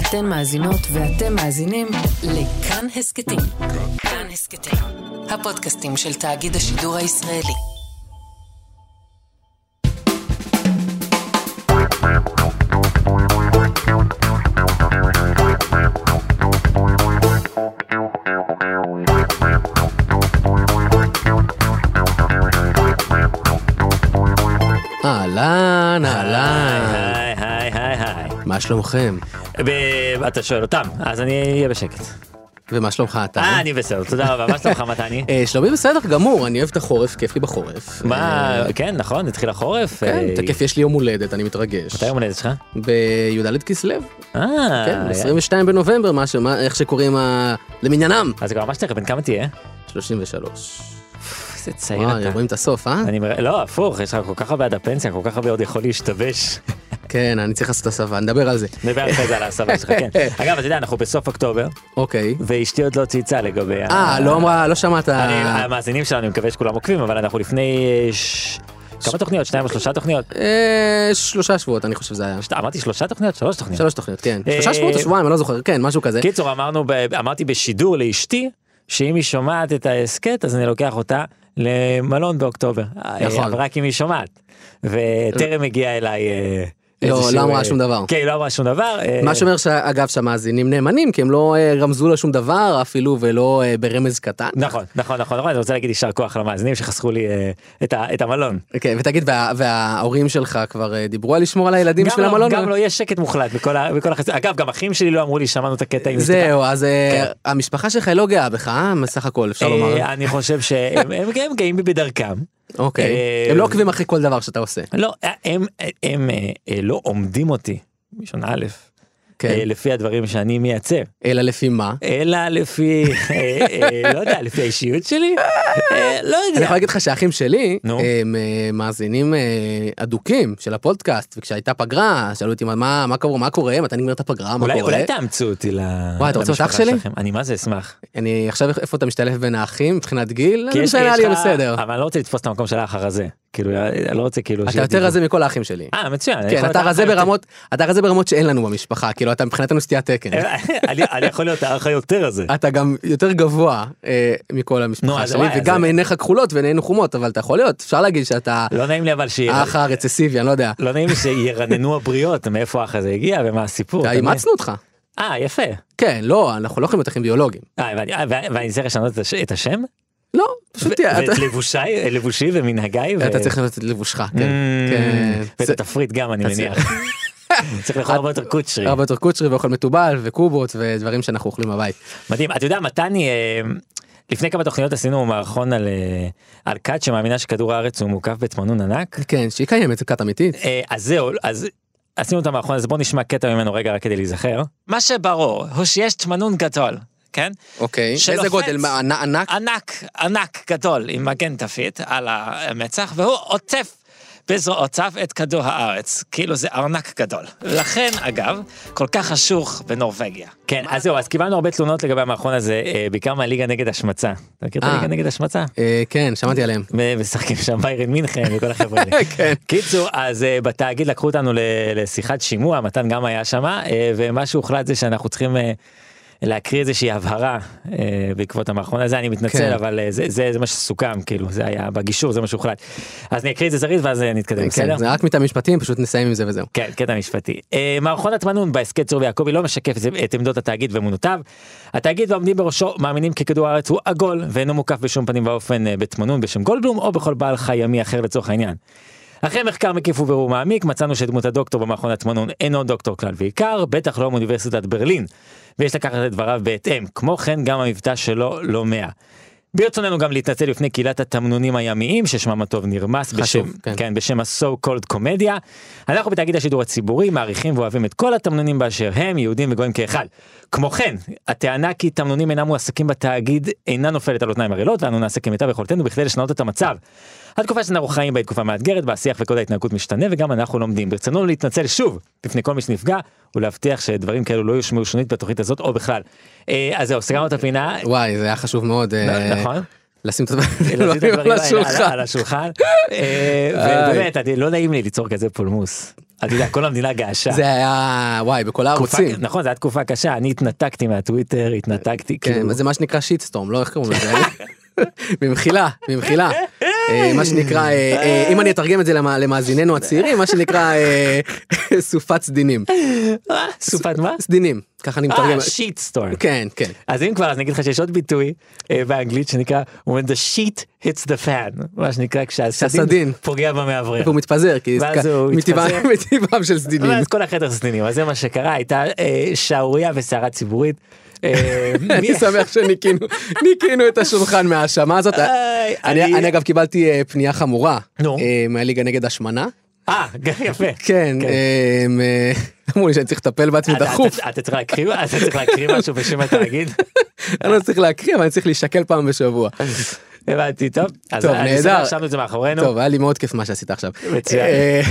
אתן מאזינות ואתם מאזינים לכאן הסקטים. כאן הסקטים, הפודקאסטים של תאגיד השידור הישראלי. אהלן, אהלן. היי. מה שלומכם? אתה שואל אותם, אז אני אהיה בשקט. ומה שלומך אתה? אני בסדר, תודה רבה. מה שלומך מתני? שלומי בסדר גמור, אני אוהב את החורף, כיף לי בחורף. מה, כן, נכון, התחיל החורף. כן, תקף, יש לי יום הולדת, אני מתרגש. מתי יום הולדת שלך? בי"ד כסלו. כן, 22 בנובמבר, איך שקוראים למניינם. אז כבר ממש תכף, בן כמה תהיה? 33. זה צעיר אתה. רואים את הסוף, לא, הפוך, יש לך כל כך הרבה עד הפנסיה, כל כך הרבה עוד יכול להשתבש. כן, אני צריך לעשות את הסבה, נדבר על זה. נדבר אחרי זה על הסבה שלך, כן. אגב, אתה יודע, אנחנו בסוף אוקטובר. אוקיי. ואשתי עוד לא צייצה לגבי... לא שמעת. המאזינים שלנו, אני מקווה שכולם עוקבים, אבל אנחנו לפני... כמה תוכניות? 2 או 3 תוכניות? 3 שבועות, אני חושב זה היה. אמרתי 3 תוכניות? 3 תוכניות. 3 תוכניות, כן. 3 שבועות או שבועיים, אני לא זוכר, כן, משהו כזה. קיצור, אמרתי בשידור לאשתי, שאם היא שומעת את ההסקט, אז אני לוקח אותה למלון באוקטובר. נכון. רק אם היא שומעת. וטרם הגיעה אליי... לא אמרה שום דבר. כן, היא לא אמרה שום דבר. מה שאומר שאגב שהמאזינים נאמנים, כי הם לא רמזו לה שום דבר אפילו ולא ברמז קטן. נכון, אני רוצה להגיד יישר כוח למאזינים שחסכו לי את המלון. כן, ותגיד, וההורים שלך כבר דיברו על לשמור על הילדים בשביל המלון? גם לא יש שקט מוחלט בכל החסות. אגב, גם אחים שלי לא אמרו לי, שמענו את הקטע עם זהו, אז המשפחה שלך לא גאה בך, מסך הכל, אפשר לומר. אני חושב שהם גאים בי בדרכם. אוקיי, הם לא עוקבים אחרי כל דבר שאתה עושה. לא, הם לא עומדים אותי, ראשון א', לפי הדברים שאני מייצר. אלא לפי מה? אלא לפי, לא יודע, לפי האישיות שלי? לא יודע. אני יכול להגיד לך שהאחים שלי, הם מאזינים אדוקים של הפודקאסט, וכשהייתה פגרה, שאלו אותי מה קורה, מתי נגמר את הפגרה, מה קורה? אולי תאמצו אותי וואי, אתה רוצה להיות אח שלי? אני מה זה אשמח. אני עכשיו איפה אתה משתלב בין האחים, מבחינת גיל? אני משנה לי בסדר. אבל אני לא רוצה לתפוס את המקום של האח הרזה. כאילו, אני לא רוצה כאילו... אתה יותר רזה מכל האחים שלי. מצוין. כן, אתה רזה ברמות שאין לנו במשפחה, כאילו, אתה מבחינתנו סטיית תקן. אני יכול להיות האח היותר רזה. אתה גם יותר גבוה מכל המשפחה שלי, וגם עיניך כחולות ועינינו חומות, אבל אתה יכול להיות, אפשר להגיד שאתה... לא נעים לי אבל האח הרצסיבי, אני לא יודע. לא נעים לי שירננו הבריות, מאיפה האח הזה הגיע ומה הסיפור. אימצנו אותך. יפה. כן, לא, אנחנו לא יכולים להיות אחים ביולוגיים. ואני צריך לשנות את השם? לא, פשוט תהיה. ואת לבושי ומנהגיי. אתה צריך לשנות את לבושך, כן. ואת התפריט גם, אני מניח. צריך לאכול הרבה יותר קוצ'רי. הרבה יותר קוצ'רי ואוכל מטובל וקובות ודברים שאנחנו אוכלים בבית. מדהים, אתה יודע, מתני, לפני כמה תוכניות עשינו מערכון על כת שמאמינה שכדור הארץ הוא מוקף בתמנון ענק. כן, שהיא קיימת, זו כת אמיתית. אז זהו, אז עשינו את המערכון, אז בואו נשמע קטע ממנו רגע רק כדי להיזכר. מה שברור הוא שיש תמנון גדול. כן? אוקיי, איזה גודל? ענק? ענק גדול עם מגן תפית על המצח, והוא עוטף בזרועותיו את כדור הארץ, כאילו זה ארנק גדול. לכן, אגב, כל כך חשוך בנורווגיה. כן, אז זהו, אז קיבלנו הרבה תלונות לגבי המערכון הזה, בעיקר מהליגה נגד השמצה. אתה מכיר את הליגה נגד השמצה? כן, שמעתי עליהם. משחקים שם ביירן מינכן וכל החבר'ה האלה. כן. קיצור, אז בתאגיד לקחו אותנו לשיחת שימוע, מתן גם היה שם, ומה שהוחלט זה שאנחנו צריכים... להקריא איזושהי הבהרה בעקבות המערכון הזה, אני מתנצל, אבל זה מה שסוכם, כאילו, זה היה בגישור, זה מה שהוחלט. אז אני אקריא את זה זריז, ואז נתקדם, בסדר? זה רק מטעם משפטים, פשוט נסיים עם זה וזהו. כן, קטע משפטי. מערכון התמנון בהסכת צור ויעקבי לא משקף את עמדות התאגיד ואמונותיו. התאגיד והעומדים בראשו מאמינים כי כדור הארץ הוא עגול, ואינו מוקף בשום פנים ואופן בתמנון בשם גולדבלום, או בכל בעל חי ימי אחר לצורך העניין. אחרי מחקר מקיף ובירור מעמיק, מצאנו שדמות הדוקטור במערכון התמנון אינו דוקטור כלל ועיקר, בטח לא מאוניברסיטת ברלין, ויש לקחת את דבריו בהתאם. כמו כן, גם המבטא שלו לא 100. ברצוננו גם להתנצל לפני קהילת התמנונים הימיים, ששמם הטוב נרמס בשם ה-so called קומדיה. אנחנו בתאגיד השידור הציבורי מעריכים ואוהבים את כל התמנונים באשר הם, יהודים וגויים כאחד. כמו כן, הטענה כי תמנונים אינם מועסקים בתאגיד אינה נופלת על אוזניים ערלות, ואנו נעשה כמיטב יכולתנו בכדי לשנות את המצב. התקופה שאנחנו חיים בה היא תקופה מאתגרת, והשיח וקוד ההתנהגות משתנה, וגם אנחנו לומדים. ברצוננו להתנצל שוב בפני כל מי שנפגע, ולהבטיח שדברים כאלו לא יושמעו שנית בתוכנית הזאת או בכלל. אז זהו, סגרנו את הפינה. וואי, זה היה חשוב מאוד. נכון. לשים את הדברים על השולחן, ובאמת, לא נעים לי ליצור כזה פולמוס. אתה יודע, כל המדינה געשה. זה היה, וואי, בכל הערוצים. נכון, זו הייתה תקופה קשה, אני התנתקתי מהטוויטר, התנתקתי. כן, זה מה שנקרא שיטסטורם, לא איך קוראים לזה. במחילה. מה שנקרא, אם אני אתרגם את זה למאזיננו הצעירים, מה שנקרא סופת סדינים. סופת מה? סדינים, ככה אני מתרגם. שיטסטורם. כן. אז אם כבר, אז נגיד לך שיש עוד ביטוי באנגלית שנקרא when the sheet hits the fan, מה שנקרא כשהסדין פוגע במאוורר. הוא מתפזר, כי מטבעם של סדינים. אז כל החדר סדינים, אז זה מה שקרה, הייתה שערוריה וסערה ציבורית. אני שמח שניקינו את השולחן מההאשמה הזאת. אני אגב קיבלתי פנייה חמורה מהליגה נגד השמנה. יפה. כן, אמרו לי שאני צריך לטפל בעצמי דחוף. אתה צריך להקריא משהו בשם התאגיד? אני לא צריך להקריא, אבל אני צריך להישקל פעם בשבוע. הבנתי, טוב. אז אני שמח ששמנו את זה מאחורינו. טוב, היה לי מאוד כיף מה שעשית עכשיו. מצוין.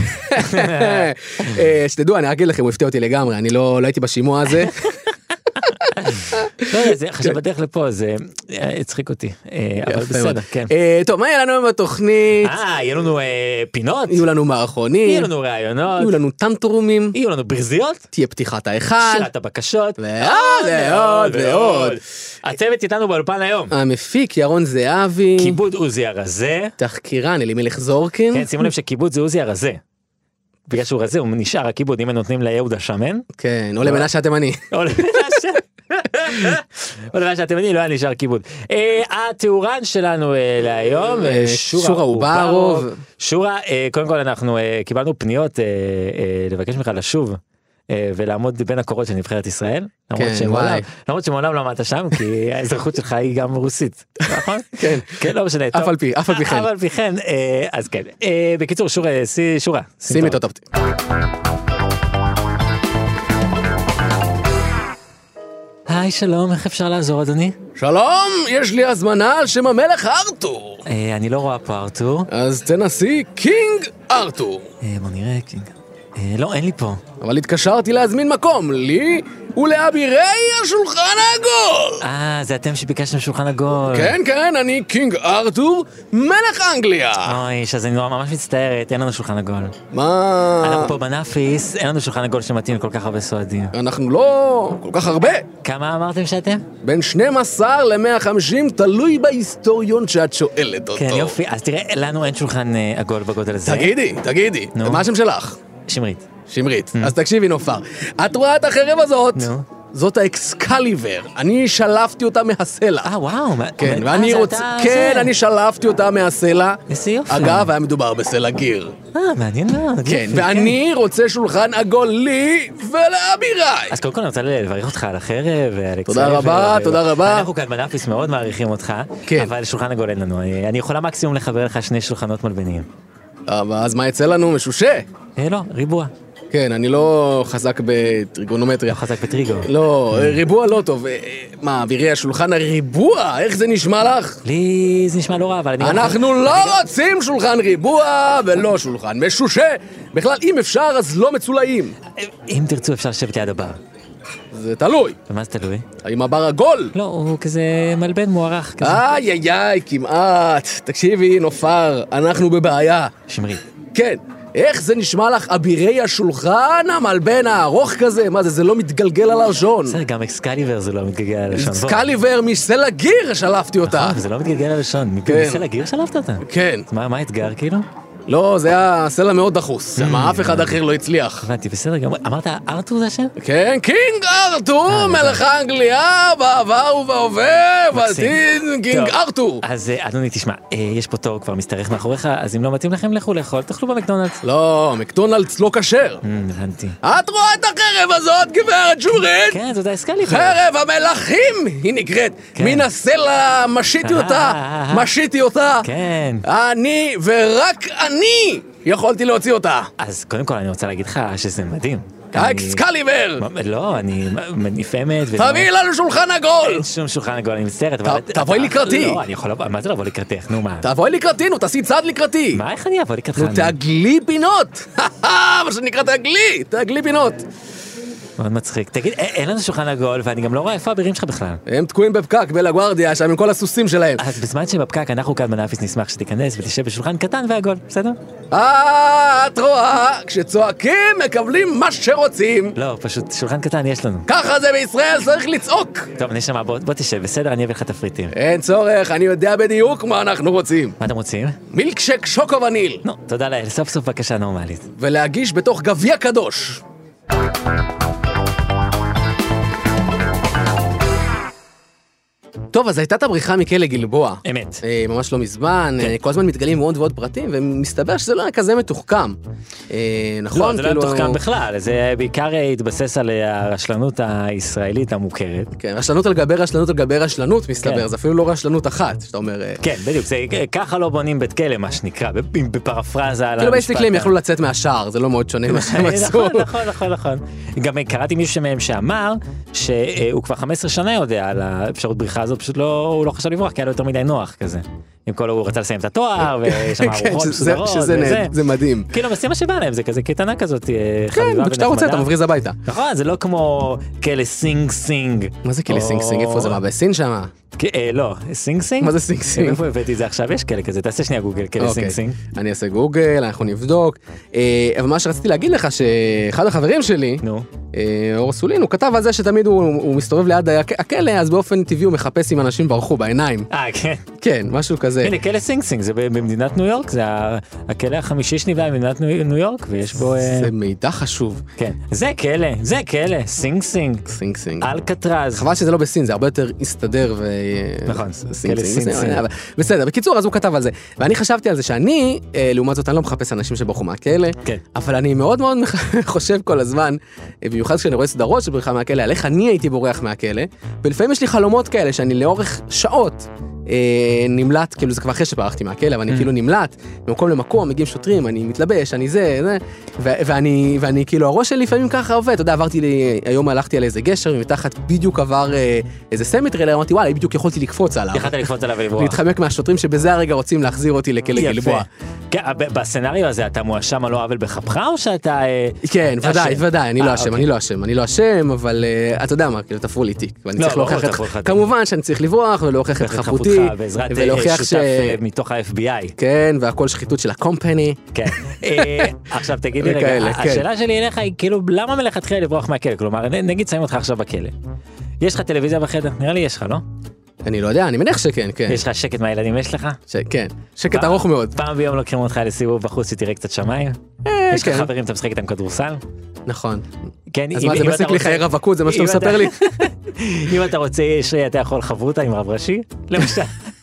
שתדעו, אני אגיד לכם, הוא הפתיע אותי לגמרי, אני לא הייתי בשימוע הזה. עכשיו בדרך לפה זה הצחיק אותי, אבל בסדר, כן. טוב, מה יהיה לנו בתוכנית? יהיה לנו פינות, יהיו לנו מערכונים, יהיו לנו רעיונות, יהיו לנו טנטרומים, יהיו לנו ברזיות, תהיה פתיחת האחד, שירת הבקשות, ועוד. הצוות איתנו באולפן היום. המפיק ירון זהבי, כיבוד עוזי הרזה, תחקירן אלימלך זורקין. כן, שימו לב שכיבוד זה עוזי הרזה. בגלל שהוא רזה, הוא נשאר הכיבוד, אם הם נותנים ליהודה שמן. כן, או למנשה התימני. או למנשה התימני, לא היה נשאר כיבוד. התאורן שלנו להיום, שורה אוברוב. שורה, קודם כל אנחנו קיבלנו פניות לבקש ממך לשוב. ולעמוד בין הקורות של נבחרת ישראל, למרות שמעולם לא עמדת שם, כי האזרחות שלך היא גם רוסית, נכון? כן, לא משנה. אף על פי כן. אז כן. בקיצור, שורה. שימי את הטופטי. היי, שלום, איך אפשר לעזור, אדוני? שלום, יש לי הזמנה על שם המלך ארתור. אני לא רואה פה ארתור. אז תנסי קינג ארתור. בוא נראה, קינג. לא, אין לי פה. אבל התקשרתי להזמין מקום, לי ולאבירי השולחן העגול. זה אתם שביקשתם שולחן עגול. כן, אני קינג ארתור, מלך אנגליה. אוי, אז אני ממש מצטערת, אין לנו שולחן עגול. מה? אנחנו פה בנאפיס, אין לנו שולחן עגול שמתאים לכל כך הרבה סועדים. אנחנו לא כל כך הרבה. כמה אמרתם שאתם? בין 12 ל-150, תלוי בהיסטוריון שאת שואלת אותו. כן, יופי, אז תראה, לנו אין שולחן עגול בגודל הזה. תגידי, מה השם שלך? שמרית. אז תקשיבי נופר, את רואה את החרב הזאת? זאת האקסקליבר, אני שלפתי אותה מהסלע. וואו. כן, ואני רוצה, כן, אני שלפתי אותה מהסלע. איזה יופי. אגב, היה מדובר בסלע גיר. מעניין מאוד. כן, ואני רוצה שולחן עגול לי ולאביריי. אז קודם כל אני רוצה לברך אותך על החרב ועל אקסקליבר. תודה רבה. אנחנו כאן בנאפיס מאוד מעריכים אותך, אבל שולחן עגול אין לנו. אני יכולה מקסימום לחבר לך 2 שולחנות מלבניים. אז מה יצא לנו? משושה? לא, ריבוע. כן, אני לא חזק בטריגונומטריה. לא חזק בטריגו. לא, ריבוע לא טוב. מה, אבירי השולחן הריבוע? איך זה נשמע לך? לי זה נשמע לא רע, אבל אני... אנחנו לא רוצים שולחן ריבוע ולא שולחן משושה. בכלל, אם אפשר, אז לא מצולעים. אם תרצו, אפשר לשבת ליד הבר. זה תלוי. ומה זה תלוי? האם הבר עגול? לא, הוא כזה מלבן מוערך כזה. איי, כמעט. תקשיבי, נופר, אנחנו בבעיה. שמרית. כן. איך זה נשמע לך אבירי השולחן המלבן הארוך כזה? מה זה לא מתגלגל על הלשון. בסדר, גם אקסקליבר זה לא מתגלגל על הלשון. אקסקליבר מסלע גיר שלפתי אותה. נכון, זה לא מתגלגל על הלשון. מסלע גיר שלפת אותה? כן. מה האתגר כאילו? לא, זה היה סלע מאוד דחוס, מה אף אחד אחר לא הצליח. הבנתי, בסדר גמור. אמרת ארתור זה השם? כן, קינג ארתור, מלך אנגליה, בעבר ובהווה, בעתיד, קינג ארתור. אז אדוני, תשמע, יש פה תור כבר משתרך מאחוריך, אז אם לא מתאים לכם, לכו לאכול, תאכלו במקדונלדס. לא, מקדונלדס לא כשר. הבנתי. את רואה את החרב הזאת, גברת שמרית? כן, זאת האקסקליבר. חרב המלכים, היא נקראת. מן הסלע משיתי אותה. כן. אני ורק אני יכולתי להוציא אותה. אז קודם כל אני רוצה להגיד לך שזה מדהים. האקסקליבר! לא, אני נפעמת. תביאי לנו שולחן עגול! אין שום שולחן עגול, אני מצטערת. תבואי לקראתי. לא, אני יכול לבוא, מה זה לבוא לקראתך? נו מה? תבואי לקראתי, נו, תעשי צעד לקראתי. מה, איך אני אבוא לקראתך? נו, תעגלי פינות. מה שנקרא תעגלי פינות. מאוד מצחיק. תגיד, אין לנו שולחן עגול, ואני גם לא רואה איפה הבירים שלך בכלל. הם תקועים בפקק בלגוארדיה, שם עם כל הסוסים שלהם. אז בזמן שבפקק, אנחנו כאן בנאפיס נשמח שתיכנס ותשב בשולחן קטן ועגול, בסדר? את רואה, כשצועקים מקבלים מה שרוצים. לא, פשוט שולחן קטן יש לנו. ככה זה בישראל, צריך לצעוק. טוב, נשמה, בוא תשב, בסדר, אני אביא לך תפריטים. אין צורך, אני יודע בדיוק מה אנחנו רוצים. מה אתם רוצים? מילקשק שוקו וניל. נו, תודה לאל, סוף סוף בקשה נורמלית. ולהגיש בתוך גביע קדוש. טוב, אז הייתה את הבריחה מכלא גלבוע. אמת. ממש לא מזמן, כל הזמן מתגלים מאוד ועוד פרטים, ומסתבר שזה לא היה כזה מתוחכם. נכון? לא, זה לא היה מתוחכם בכלל, זה בעיקר התבסס על הרשלנות הישראלית המוכרת. כן, רשלנות על גבי רשלנות על גבי רשלנות מסתבר, זה אפילו לא רשלנות אחת, שאתה אומר... כן, בדיוק, ככה לא בונים בית כלא, מה שנקרא, בפרפרזה על כאילו בייסטיקלי הם יכלו לצאת מהשער, זה לא מאוד שונה מה שהם עשו. נכון. גם קראתי מישהו מהם שאמר שהוא כבר 15 שנה יודע על האפשרות בריחה הזאת, פשוט הוא לא חשב לברוח, כי היה לו יותר מדי נוח כזה. עם כל הוא רצה לסיים את התואר, ויש שם ארוחות מסודרות, שזה מדהים. כאילו, עושים מה שבא להם, זה כזה קטנה כזאת חביבה ונחמדה. כן, כשאתה רוצה, אתה מבריז הביתה. נכון, זה לא כמו כלא סינג סינג. מה זה כלא סינג סינג? איפה זה? מה, בסין שמה? לא, סינג סינג? מה זה סינג סינג? איפה הבאתי את זה עכשיו? יש כאלה כזה, תעשה שנייה גוגל, כלא סינג סינג. אני אעשה גוגל, אנחנו נבדוק. אבל מה שרציתי להגיד לך, שאחד החברים שלי, אור סולין, הוא כתב על זה שתמיד הוא מסתובב ליד הכלא, אז באופן טבעי הוא מחפש אם אנשים ברחו בעיניים. כן. כן, משהו כזה. הנה, כלא סינג סינג, זה במדינת ניו יורק, זה הכלא החמישי שנבנה במדינת ניו יורק, ויש בו... זה מידע חשוב. כן. זה כלא, סינג סינג. סינג סינג. אלקטרז. חבל שזה לא בסין, זה הרבה יותר הסתדר ו... נכון, בסדר, בקיצור, אז הוא כתב על זה. ואני חשבתי על זה שאני, לעומת זאת, אני לא מחפש אנשים שברחו מהכלא, אבל אני מאוד מאוד חושב כל הזמן, במיוחד כשאני רואה סדרות של בריחה מהכלא, על איך אני הייתי בורח מהכלא, ולפעמים יש לי חלומות כאלה שאני לאורך שעות נמלט, כאילו זה כבר אחרי שברחתי מהכלא, אבל אני כאילו נמלט, ממקום למקום, מגיעים שוטרים, אני מתלבש, אני זה, ואני כאילו, הראש שלי לפעמים ככה עובד, אתה יודע, היום הלכתי על איזה גשר, ומתחת בדיוק עבר איזה סמי-טריילר, אמרתי, וואלה, בדיוק יכולתי לקפוץ עליו. יכולת לקפוץ עליו ולברוח. להתחמק מהשוטרים שבזה הרגע רוצים להחזיר אותי לכלא גלבוע. כן, בסצנריו הזה אתה מואשם על לא עוול בכפך, או שאתה... כן, ודאי, אני לא אשם, אבל אתה יודע מה, כאילו, תפרו לי תיק, ואני צריך להוכיח את... כמובן שאני צריך לברוח ולהוכיח את חפותי, בעזרת שותף מתוך ה-FBI. כן, והכל שחיתות של הקומפני. כן. עכשיו תגיד לי רגע, השאלה שלי אליך היא כאילו, למה מלכתחילה לברוח מהכלא? כלומר, נגיד שמים אותך עכשיו בכלא. יש לך טלוויזיה בחדר? נראה לי יש לך, לא? אני לא יודע, אני מניח שכן, כן. יש לך שקט מהילדים, יש לך? כן, שקט ארוך מאוד. פעם ביום לוקחים אותך לסיבוב בחוץ שתראה קצת שמיים? יש לך חברים, אתה משחק איתם כדורסל? נכון. כן, אז מה, זה בסק לי חיי רווקות, זה מה שאתה מספר לי? אם אתה רוצה, אתה יכול חברותה עם רב ראשי? למשל.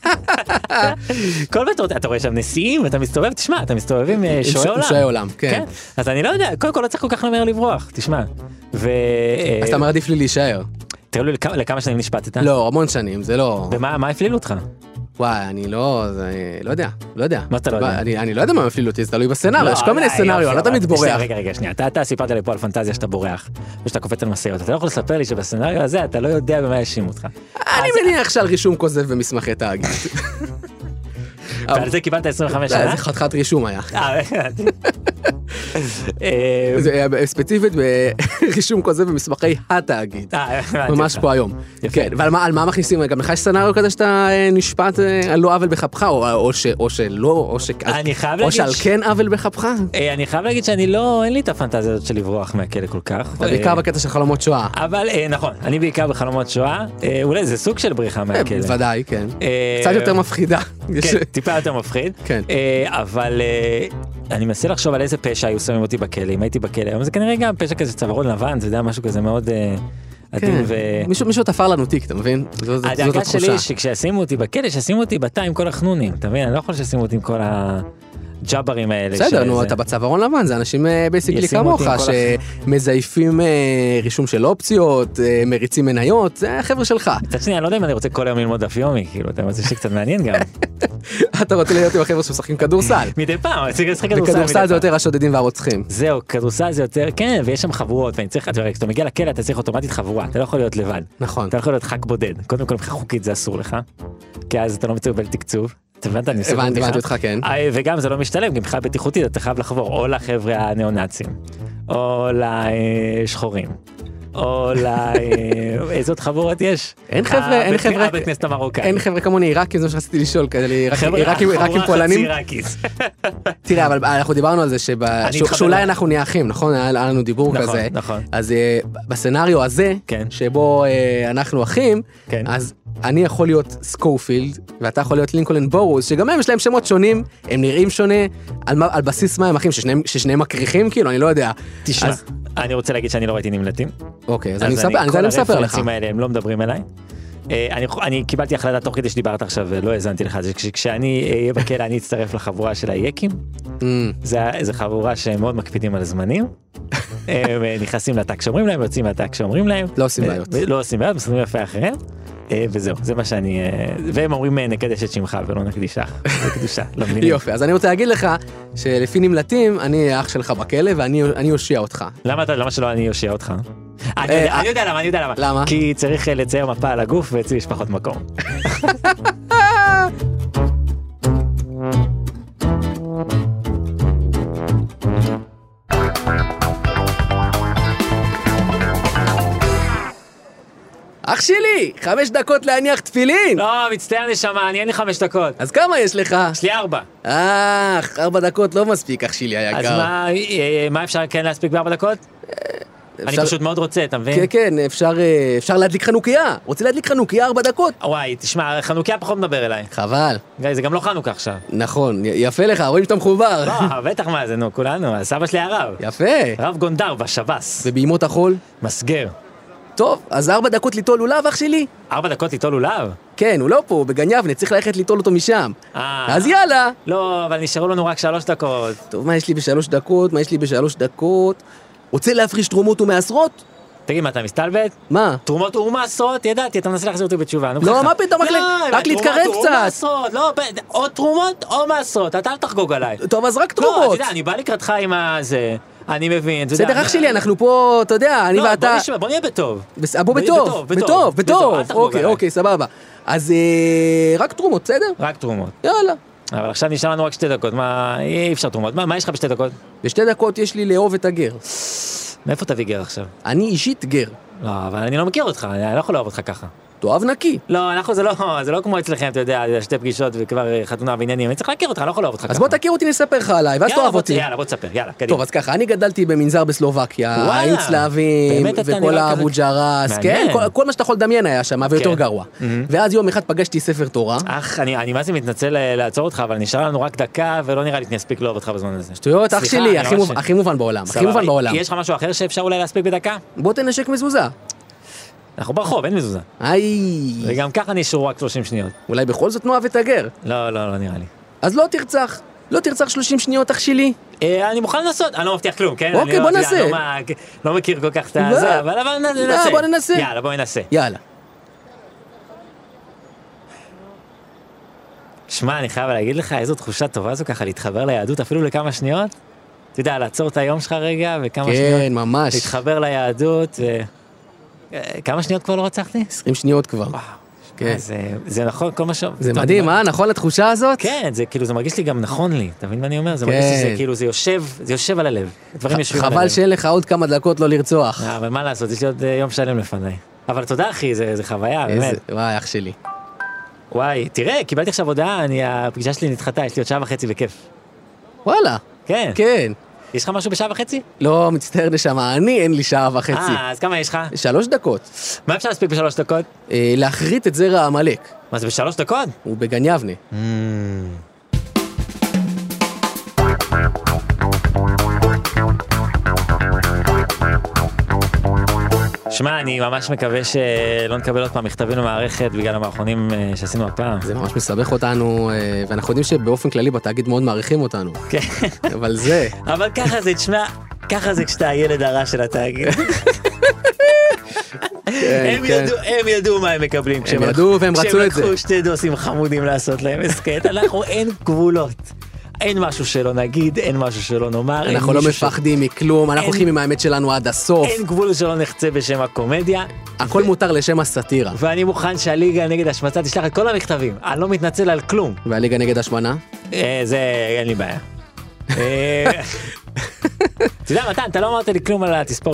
כל פעם אתה רואה שם נשיאים, אתה מסתובב, תשמע, אתה מסתובב עם שועי עולם. כן. אז אני לא יודע, קודם כל לא צריך כל כך למהר לברוח, תשמע. אז אתה אומר עדיף לי להישאר. תראו לי לכמה שנים נשפטת? לא, המון שנים, זה לא... ומה הפלילו אותך? וואי, אני לא יודע. מה אתה לא יודע? אני לא יודע מה מפליל אותי, זה תלוי בסצנריו, יש כל מיני סצנריו, אני לא תמיד בורח. רגע, שנייה, אתה סיפרת לי פה על פנטזיה שאתה בורח, ושאתה קופץ על משאיות, אתה לא יכול לספר לי שבסצנריו הזה אתה לא יודע במה יאשימו אותך. אני מניח שעל רישום כוזב ומסמכי תאגיד. ועל זה קיבלת 25 שנה? זה חתיכת רישום היה. ספציפית ברישום כוזב במסמכי התאגיד. ממש פה היום. ועל מה מכניסים? גם לך יש סצנריו כזה שאתה נשפט על לא עוול בכפך, או שלא, או שעל כן עוול בכפך? אני חייב להגיד שאני לא, אין לי את הפנטזיה הזאת של לברוח מהכלא כל כך. אתה בעיקר בקטע של חלומות שואה. אבל נכון, אני בעיקר בחלומות שואה, אולי זה סוג של בריחה מהכלא. ודאי, כן. קצת יותר מפחידה. כן, טיפה יותר מפחיד. כן. אבל אני מנסה לחשוב על איזה פשע היו שמים אותי בכלא, אם הייתי בכלא, אבל זה כנראה גם פשע כזה צווארון לבן, זה יודע, משהו כזה מאוד עדין ו... מישהו תפר לנו תיק, אתה מבין? זאת התחושה. הדאגה שלי שכשישימו אותי בכלא, שישימו אותי בתא עם כל החנונים, אתה מבין? אני לא יכול שישימו אותי עם כל הג'אברים האלה. בסדר, נו, אתה בצווארון לבן, זה אנשים בייסיקלי כמוך, שמזייפים רישום של אופציות, מריצים מניות, זה החבר'ה שלך. קצת שנייה, אני לא יודע אם אני רוצה כל היום ללמוד דף יומי, כאילו, אתה רוצה שקצת מעניין גם. אתה רוצה להיות עם החבר'ה שמשחקים כדורסל. מדי פעם, אני צריך לשחק וכדורסל זה יותר השודדים והרוצחים. זהו, כדורסל זה יותר, כן, ויש שם חבורות, ואני צריך, כשאתה מגיע לכלא, אתה צריך אוטומטית חבורה, אתה לא יכול להיות לבד. נכון. אתה לא יכול להיות ח"כ בודד. קודם כל, חוקית זה אסור לך, כי אז אתה לא מקבל תקצוב. הבנתי אותך, כן. וגם זה לא משתלם, גם מבחינה בטיחותית, אתה חייב לחבור או לחבר'ה הניאו-נאצים, או לשחורים, אולי, איזות חבורות יש? אין חבר'ה, אין חבר'ה, הבית כנסת המרוקאי. אין חבר'ה כמוני עיראקים, זה מה שרציתי לשאול, כאלה עיראקים פולנים. תראה, אבל אנחנו דיברנו על זה שאולי אנחנו נהיה אחים, נכון? היה לנו דיבור כזה. נכון. אז בסצנריו הזה, שבו אנחנו אחים, אז אני יכול להיות סקופילד, ואתה יכול להיות לינקולן בורוז, שגם הם יש להם שמות שונים, הם נראים שונה, על בסיס מה הם אחים, ששניהם מקריחים, כאילו, אני לא יודע. תשמע, אני רוצה להגיד שאני לא ראיתי נמלטים. אוקיי, אז אני מספר לך. כל הרפרנסים האלה, הם לא מדברים אליי. אני קיבלתי החלטה תוך כדי שדיברת עכשיו, ולא האזנתי לך, כשאני אהיה בכלא, אני אצטרף לחבורה של היקים. זה חבורה שהם מאוד מקפידים על זמנים. הם נכנסים לטק שאומרים להם, יוצאים מהטק שאומרים להם. לא עושים בעיות. לא עושים בעיות, מסתכלים יפה אחריהם. וזהו, זה מה שאני... והם אומרים נקדש את שמך ולא נקדישה. נקדושה, לא מבינים. יופי, אז אני רוצה להגיד לך שלפי נמלטים, אני אח שלך בכלא ואני אושיע אותך. למה שלא אני אושיע אותך? אני יודע למה. למה? כי צריך לצייר מפה על הגוף ואצלי יש פחות מקום. אח שלי, 5 דקות להניח תפילין. לא, מצטער נשמה, אין לי 5 דקות. אז כמה יש לך? יש לי 4. 4 דקות לא מספיק, אח שלי היקר. אז מה אפשר כן להספיק ב4 דקות? אני פשוט מאוד רוצה, אתה מבין? כן, אפשר להדליק חנוכיה. רוצה להדליק חנוכיה 4 דקות? וואי, תשמע, חנוכיה פחות מדבר אליי. חבל. זה גם לא חנוכה עכשיו. נכון, יפה לך, רואים שאתה מחובר. לא, בטח מה זה, נו, כולנו, סבא שלי הרב. יפה. רב גונדר בשב"ס. ובימות החול? מסגר. טוב, אז 4 דקות ליטול לולב, אח שלי? 4 דקות ליטול לולב? כן, הוא לא פה, הוא בגן יבנה, צריך ללכת ליטול אותו משם. אז יאללה. לא, אבל נשארו לנו רק 3 דקות. טוב, מה יש לי ב3 דקות? רוצה להפריש תרומות ומעשרות? תגיד, מה, אתה מסתלבט? מה? תרומות ומעשרות? ידעתי, אתה מנסה להחזיר אותי בתשובה. לא, מה פתאום, רק להתקרב קצת. לא, או תרומות או מעשרות, אתה אל תחגוג עליי. טוב, אז רק תרומות. לא, אתה יודע, אני בא לקראתך עם הזה, אני מבין. בסדר, אח שלי, אנחנו פה, אתה יודע, אני ואתה... לא, בוא נהיה בטוב. בוא בטוב. אוקיי, סבבה. אז רק תרומות, בסדר? רק תרומות. יאללה. אבל עכשיו נשאר לנו רק 2 דקות, מה, אי אפשר תרומות. מה יש לך ב2 דקות? ב2 דקות יש לי לאהוב את הגר. מאיפה תביא גר עכשיו? אני אישית גר. לא, אבל אני לא מכיר אותך, אני לא יכול לאהוב אותך ככה. תאהב נקי. לא, זה לא כמו אצלכם, אתה יודע, 2 פגישות וכבר חתונה ועניינים, אני צריך להכיר אותך, אני לא יכול לאהוב אותך ככה. אז בוא תכיר אותי, נספר לך עליי, ואז תאהב אותי. יאללה, בוא תספר, יאללה, קדימה. טוב, אז ככה, אני גדלתי במנזר בסלובקיה, היו צלבים, וכל האבו ג'רס, כן, כל מה שאתה יכול לדמיין היה שם, ויותר גרוע. ואז יום אחד פגשתי ספר תורה. אני מה זה מתנצל לעצור אותך, אבל נשאר לנו רק דקה, ולא נראה לי שנספיק לאהוב אותך בזמן הזה. שטויות, אח שלי, הכי מובן בעולם, הכי מובן בעולם. יש לך משהו אחר שאפשר אולי להספיק בדקה? בוא תנשק מזוזה. אנחנו ברחוב, אין מזוזה. וגם ככה נשארו רק 30 שניות. אולי בכל זאת נאהב את הגר. לא נראה לי. אז לא תרצח 30 שניות, אח שלי. אני מוכן לנסות, אני לא מבטיח כלום, כן? אוקיי, בוא ננסה. לא מכיר כל כך את זה, אבל ננסה. בוא ננסה. יאללה, בוא ננסה. יאללה. שמע, אני חייב להגיד לך, איזו תחושה טובה זו ככה, להתחבר ליהדות אפילו לכמה שניות. אתה יודע, לעצור את היום שלך רגע, וכמה שניות. כן, ממש. להתחבר ליהדות, כמה שניות כבר לא רצחתי? 20 שניות כבר. וואו. כן. זה נכון, כל מה ש... זה מדהים, נכון התחושה הזאת? כן, זה כאילו, זה מרגיש לי גם נכון לי, אתה מבין מה אני אומר? זה מרגיש לי, זה כאילו, זה יושב על הלב. דברים יושבים על הלב. חבל שאין לך עוד כמה דקות לא לרצוח. אבל מה לעשות, יש לי עוד יום שלם לפניי. אבל תודה אחי, זה חוויה, באמת. וואי, אח שלי. וואי, תראה, קיבלתי עכשיו הודעה, הפגישה שלי נדחתה, יש לי עוד 1.5 שעה בכיף. וואלה. כן. כן. יש לך משהו ב1.5 שעה? לא, מצטער נשמה, אין לי 1.5 שעה. אז כמה יש לך? 3 דקות. מה אפשר להספיק ב3 דקות? להחריט את זרע עמלק. מה זה ב3 דקות? הוא בגן יבנה. שמע, אני ממש מקווה שלא נקבל עוד פעם מכתבים למערכת בגלל המערכונים שעשינו הפעם. זה ממש מסבך אותנו, ואנחנו יודעים שבאופן כללי בתאגיד מאוד מעריכים אותנו. כן. אבל ככה זה, תשמע, ככה זה כשאתה הילד הרע של התאגיד. הם ידעו מה הם מקבלים. הם ידעו והם רצו את זה. כשהם לקחו 2 דוסים חמודים לעשות להם הסקט, אנחנו אין גבולות. אין משהו שלא נגיד, אין משהו שלא נאמר. אנחנו לא מפחדים מכלום, אנחנו הולכים עם האמת שלנו עד הסוף. אין גבול שלא נחצה בשם הקומדיה. הכל מותר לשם הסאטירה. ואני מוכן שהליגה נגד השמצה תשלח את כל המכתבים. אני לא מתנצל על כלום. והליגה נגד השמנה? זה, אין לי בעיה. אתה יודע, מתן, אתה לא אמרת לי כלום על התספורת שלי.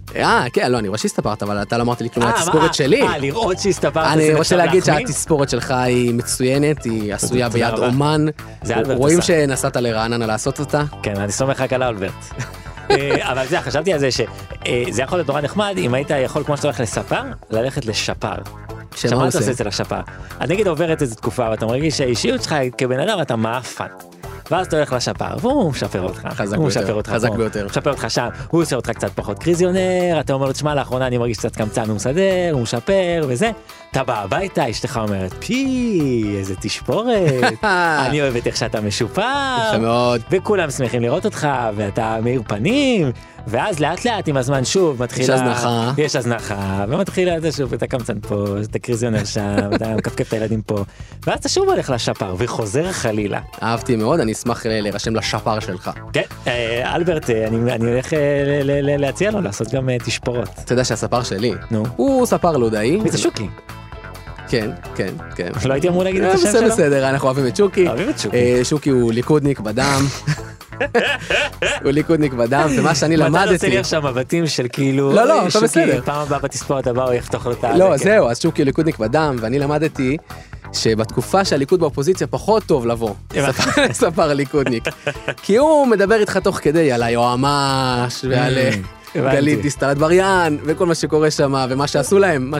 כן, לא, אני רואה שהסתפרת, אבל אתה לא אמרת לי כלום על התספורת שלי. לראות שהסתפרת. אני רוצה להגיד שהתספורת שלך היא מצוינת, היא עשויה ביד אומן. רואים שנסעת לרעננה לעשות אותה. כן, אני סומך רק על אלברט. אבל זה, חשבתי על זה שזה יכול להיות נורא נחמד, אם היית יכול, כמו שאתה הולך לספר, ללכת לשפר. שמה אתה עושה אצל השפר? אז נגיד עוברת איזו תקופה, ואתה מרגיש שהאישיות שלך כבן אדם, אתה מאפן. ואז אתה הולך לשפר, והוא משפר אותך. חזק ביותר. משפר אותך שם, הוא עושה אותך קצת פחות קריזיונר, אתה אומר לו, תשמע, לאחרונה אני מרגיש קצת קמצן, הוא מסדר, הוא משפר, וזה. אתה בא הביתה, אשתך אומרת, פי, איזה תשפורת, אני אוהבת איך שאתה משופר. יפה מאוד. וכולם שמחים לראות אותך, ואתה מאיר פנים, ואז לאט לאט עם הזמן שוב מתחילה... יש הזנחה, ומתחילה את זה שוב, אתה קמצן פה, אתה קריזיונר שם, אתה מקפקף את הילדים פה, ואז אתה שוב הולך לשפר, וחוזר חלילה. אהבתי מאוד, אני אשמח להירשם לשפר שלך. כן, אלברט, אני הולך להציע לו לעשות גם תשפורות. אתה יודע שהספר שלי, הוא ספר לודאי. זה שוקי. כן, כן, כן. לא הייתי אמור להגיד את השם שלו? בסדר, אנחנו אוהבים את שוקי. שוקי הוא ליכודניק בדם. הוא ליכודניק בדם, ומה שאני למדתי... אתה עושה לי עכשיו מבטים של כאילו... לא, אתה בסדר. פעם הבאה בתספורת הבאה הוא יחתוך לו את הזה. לא, זהו, אז שוקי הוא ליכודניק בדם, ואני למדתי שבתקופה שהליכוד באופוזיציה פחות טוב לבוא. ספר ליכודניק. כי הוא מדבר איתך תוך כדי על היועמ"ש ועל גלית דיסטל אטבריאן, וכל מה שקורה שם, ומה שעשו להם,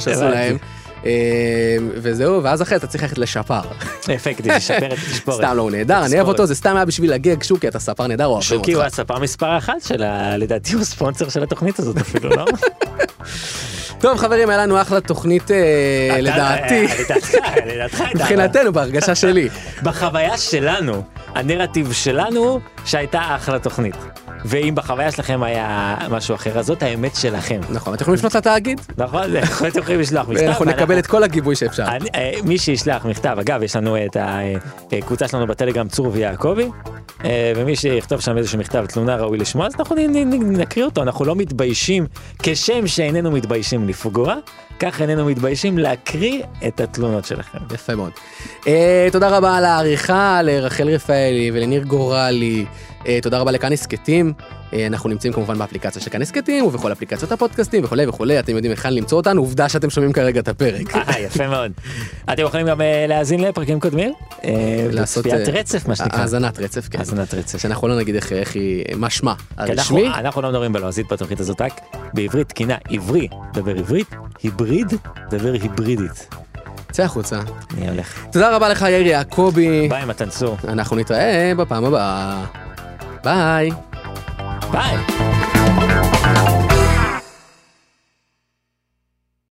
וזהו, ואז אחרי אתה צריך ללכת לשפר. אפקטי, לשפר את התשפורת. סתם לא, הוא נהדר, אני אוהב אותו, זה סתם היה בשביל הגג. שוקי, אתה ספר נהדר, אוהבים אותך. שוקי הוא הספר מספר 1 שלה, לדעתי הוא ספונסר של התוכנית הזאת אפילו, לא? טוב חברים, היה לנו אחלה תוכנית לדעתי. מבחינתנו, בהרגשה שלי. בחוויה שלנו, הנרטיב שלנו שהייתה אחלה תוכנית. ואם בחוויה שלכם היה משהו אחר, אז זאת האמת שלכם. נכון, אתם יכולים לשנות לתאגיד? נכון, אתם יכולים לשלוח מכתב. ואנחנו נקבל את כל הגיבוי שאפשר. מי שישלח מכתב, אגב, יש לנו את הקבוצה שלנו בטלגרם צור ויעקבי, ומי שיכתוב שם איזשהו מכתב תלונה ראוי לשמוע, אז אנחנו נקריא אותו, אנחנו לא מתביישים, כשם שאיננו מתביישים לפגוע, כך איננו מתביישים להקריא את התלונות שלכם. יפה מאוד. תודה רבה על העריכה, לרחל רפאלי ולניר גורלי, תודה רבה לכאן הסקטים, אנחנו נמצאים כמובן באפליקציה של כאן הסקטים, ובכל אפליקציות הפודקאסטים וכולי וכולי, אתם יודעים היכן למצוא אותנו, עובדה שאתם שומעים כרגע את הפרק. יפה מאוד. אתם יכולים גם להאזין לפרקים קודמים? צפיית רצף, מה שנקרא. האזנת רצף, כן. האזנת רצף. שאנחנו לא נגיד איך היא, מה שמה הרשמי. אנחנו לא מדברים בלועזית בתוכנית הזאת, רק בעברית תקינה, עברי, דבר עברית, היבריד, דבר היברידית. צא החוצה. אני הולך. תודה רבה לך יאיר יעקבי. ביי מתן צור. אנחנו נתראה בפעם הבאה. ביי. ביי.